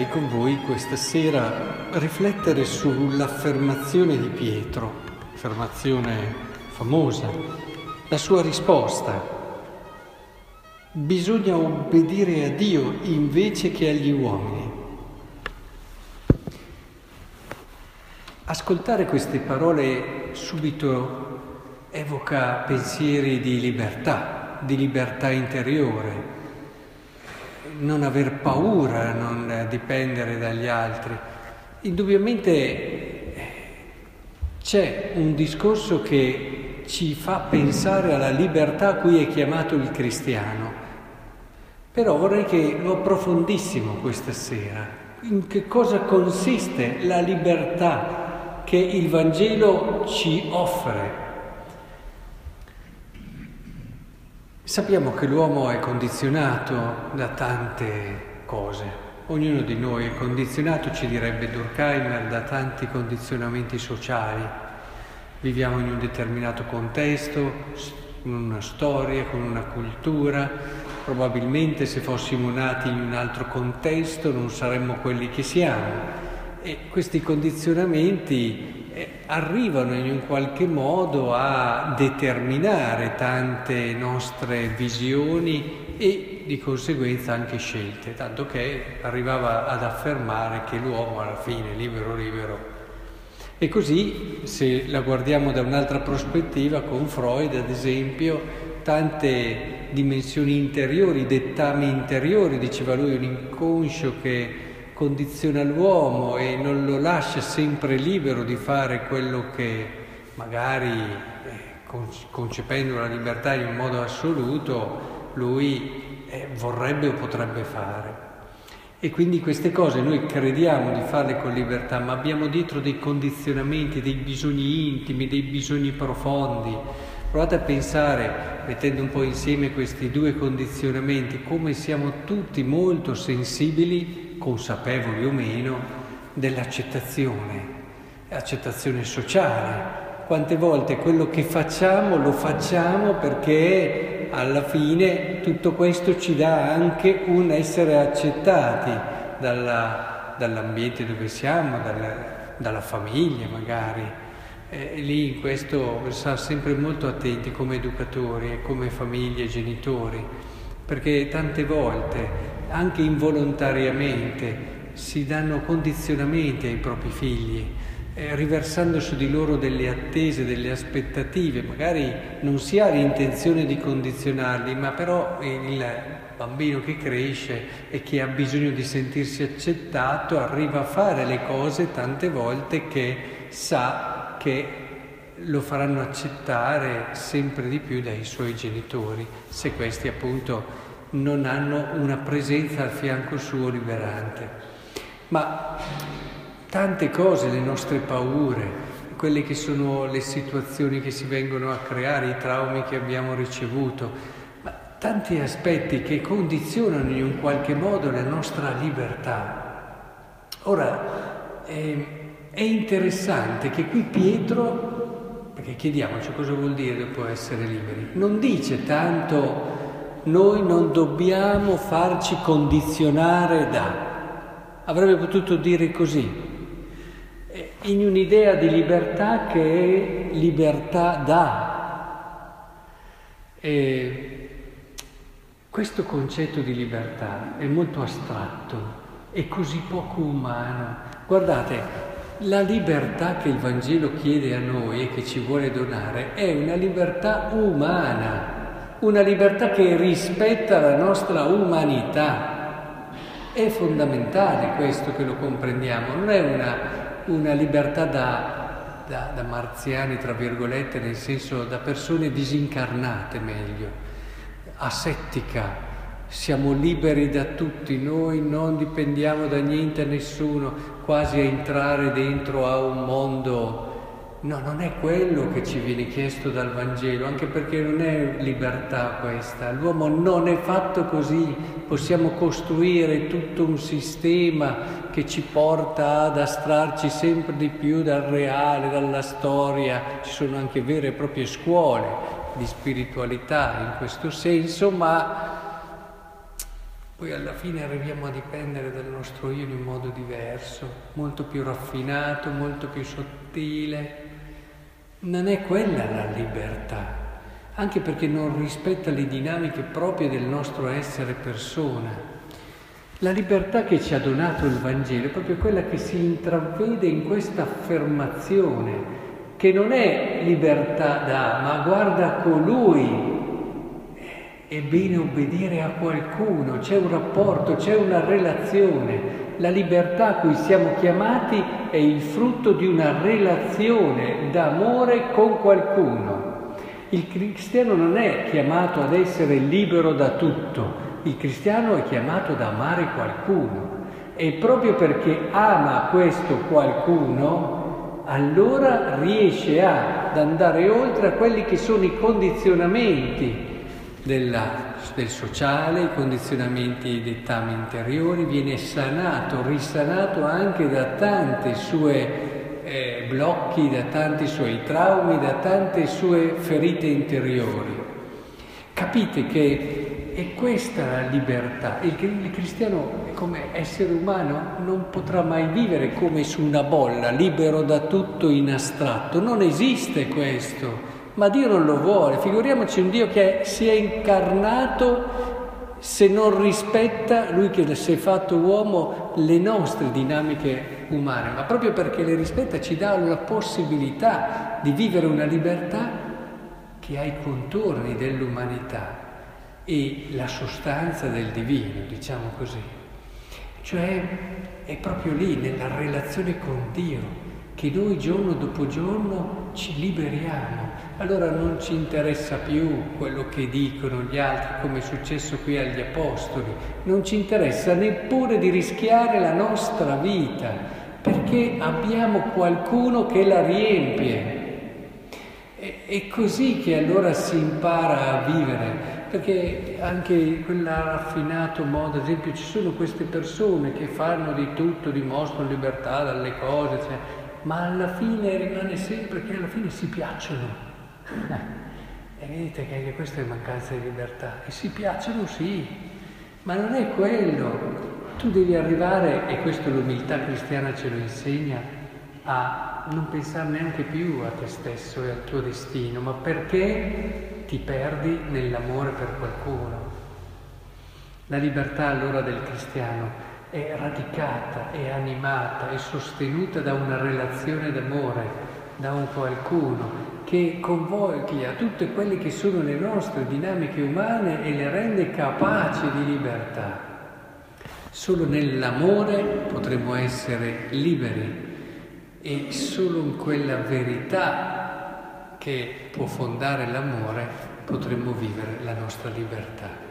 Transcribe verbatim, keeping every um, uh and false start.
vorrei con voi questa sera riflettere sull'affermazione di Pietro, affermazione famosa, la sua risposta. Bisogna obbedire a Dio invece che agli uomini. Ascoltare queste parole subito evoca pensieri di libertà, di libertà interiore. Non aver paura, non dipendere dagli altri. Indubbiamente c'è un discorso che ci fa pensare alla libertà a cui è chiamato il cristiano. Però vorrei che lo approfondissimo questa sera. In che cosa consiste la libertà che il Vangelo ci offre? Sappiamo che l'uomo è condizionato da tante cose. Ognuno di noi è condizionato, ci direbbe Durkheim, da tanti condizionamenti sociali. Viviamo in un determinato contesto, con una storia, con una cultura. Probabilmente se fossimo nati in un altro contesto non saremmo quelli che siamo. E questi condizionamenti arrivano in un qualche modo a determinare tante nostre visioni e di conseguenza anche scelte, tanto che arrivava ad affermare che l'uomo alla fine è libero libero. E così, se la guardiamo da un'altra prospettiva, con Freud ad esempio, tante dimensioni interiori, dettami interiori, diceva lui, un inconscio che condiziona l'uomo e non lo lascia sempre libero di fare quello che magari, eh, concependo la libertà in un modo assoluto, lui eh, vorrebbe o potrebbe fare. E quindi queste cose noi crediamo di farle con libertà, ma abbiamo dietro dei condizionamenti, dei bisogni intimi, dei bisogni profondi. Provate a pensare, mettendo un po' insieme questi due condizionamenti, come siamo tutti molto sensibili, consapevoli o meno, dell'accettazione, accettazione sociale. Quante volte quello che facciamo lo facciamo perché alla fine tutto questo ci dà anche un essere accettati dalla, dall'ambiente dove siamo, dalla, dalla famiglia magari. E lì in questo sta sempre molto attenti come educatori e come famiglie e genitori, perché tante volte anche involontariamente si danno condizionamenti ai propri figli, eh, riversando su di loro delle attese, delle aspettative. Magari non si ha l'intenzione di condizionarli, ma però il bambino che cresce e che ha bisogno di sentirsi accettato arriva a fare le cose tante volte che sa che lo faranno accettare sempre di più dai suoi genitori, se questi appunto non hanno una presenza al fianco suo liberante. Ma tante cose, le nostre paure, quelle che sono le situazioni che si vengono a creare, i traumi che abbiamo ricevuto, ma tanti aspetti che condizionano in un qualche modo la nostra libertà. Ora, eh, è interessante che qui Pietro, perché chiediamoci cosa vuol dire dopo essere liberi, non dice tanto noi non dobbiamo farci condizionare da. Avrebbe potuto dire così, in un'idea di libertà che è libertà da. E questo concetto di libertà è molto astratto, è così poco umano. Guardate, la libertà che il Vangelo chiede a noi e che ci vuole donare è una libertà umana. Una libertà che rispetta la nostra umanità. È fondamentale questo che lo comprendiamo, non è una, una libertà da, da, da marziani, tra virgolette, nel senso da persone disincarnate meglio, asettica. Siamo liberi da tutti, noi non dipendiamo da niente, da nessuno, quasi a entrare dentro a un mondo. No, non è quello che ci viene chiesto dal Vangelo, anche perché non è libertà questa. L'uomo non è fatto così. Possiamo costruire tutto un sistema che ci porta ad astrarci sempre di più dal reale, dalla storia. Ci sono anche vere e proprie scuole di spiritualità in questo senso, ma poi alla fine arriviamo a dipendere dal nostro io in un modo diverso, molto più raffinato, molto più sottile. Non è quella la libertà, anche perché non rispetta le dinamiche proprie del nostro essere persona. La libertà che ci ha donato il Vangelo è proprio quella che si intravede in questa affermazione, che non è libertà da, ma guarda colui, è bene obbedire a qualcuno, c'è un rapporto, c'è una relazione. La libertà a cui siamo chiamati è il frutto di una relazione d'amore con qualcuno. Il cristiano non è chiamato ad essere libero da tutto, il cristiano è chiamato ad amare qualcuno e proprio perché ama questo qualcuno, allora riesce ad andare oltre a quelli che sono i condizionamenti della, del sociale, i condizionamenti dei dettami interiori, viene sanato, risanato anche da tanti suoi eh, blocchi, da tanti suoi traumi, da tante sue ferite interiori. Capite che è questa la libertà. Il, il cristiano, come essere umano, non potrà mai vivere come su una bolla, libero da tutto in astratto. Non esiste questo. Ma Dio non lo vuole, figuriamoci un Dio che si è incarnato se non rispetta, lui che si è fatto uomo, le nostre dinamiche umane, ma proprio perché le rispetta ci dà la possibilità di vivere una libertà che ha i contorni dell'umanità e la sostanza del divino, diciamo così. Cioè è proprio lì, nella relazione con Dio, che noi giorno dopo giorno ci liberiamo. Allora non ci interessa più quello che dicono gli altri, come è successo qui agli Apostoli. Non ci interessa neppure di rischiare la nostra vita, perché abbiamo qualcuno che la riempie. È così che allora si impara a vivere, perché anche quel raffinato modo, ad esempio ci sono queste persone che fanno di tutto, dimostrano libertà dalle cose, cioè, ma alla fine rimane sempre che alla fine si piacciono. E vedete che anche questa è mancanza di libertà. E si piacciono sì, ma non è quello. Tu devi arrivare, e questo l'umiltà cristiana ce lo insegna, a non pensare neanche più a te stesso e al tuo destino, ma perché ti perdi nell'amore per qualcuno. La libertà allora del cristiano è radicata, è animata, è sostenuta da una relazione d'amore, da un qualcuno che convoglia tutte quelle che sono le nostre dinamiche umane e le rende capaci di libertà. Solo nell'amore potremo essere liberi e solo in quella verità che può fondare l'amore potremo vivere la nostra libertà.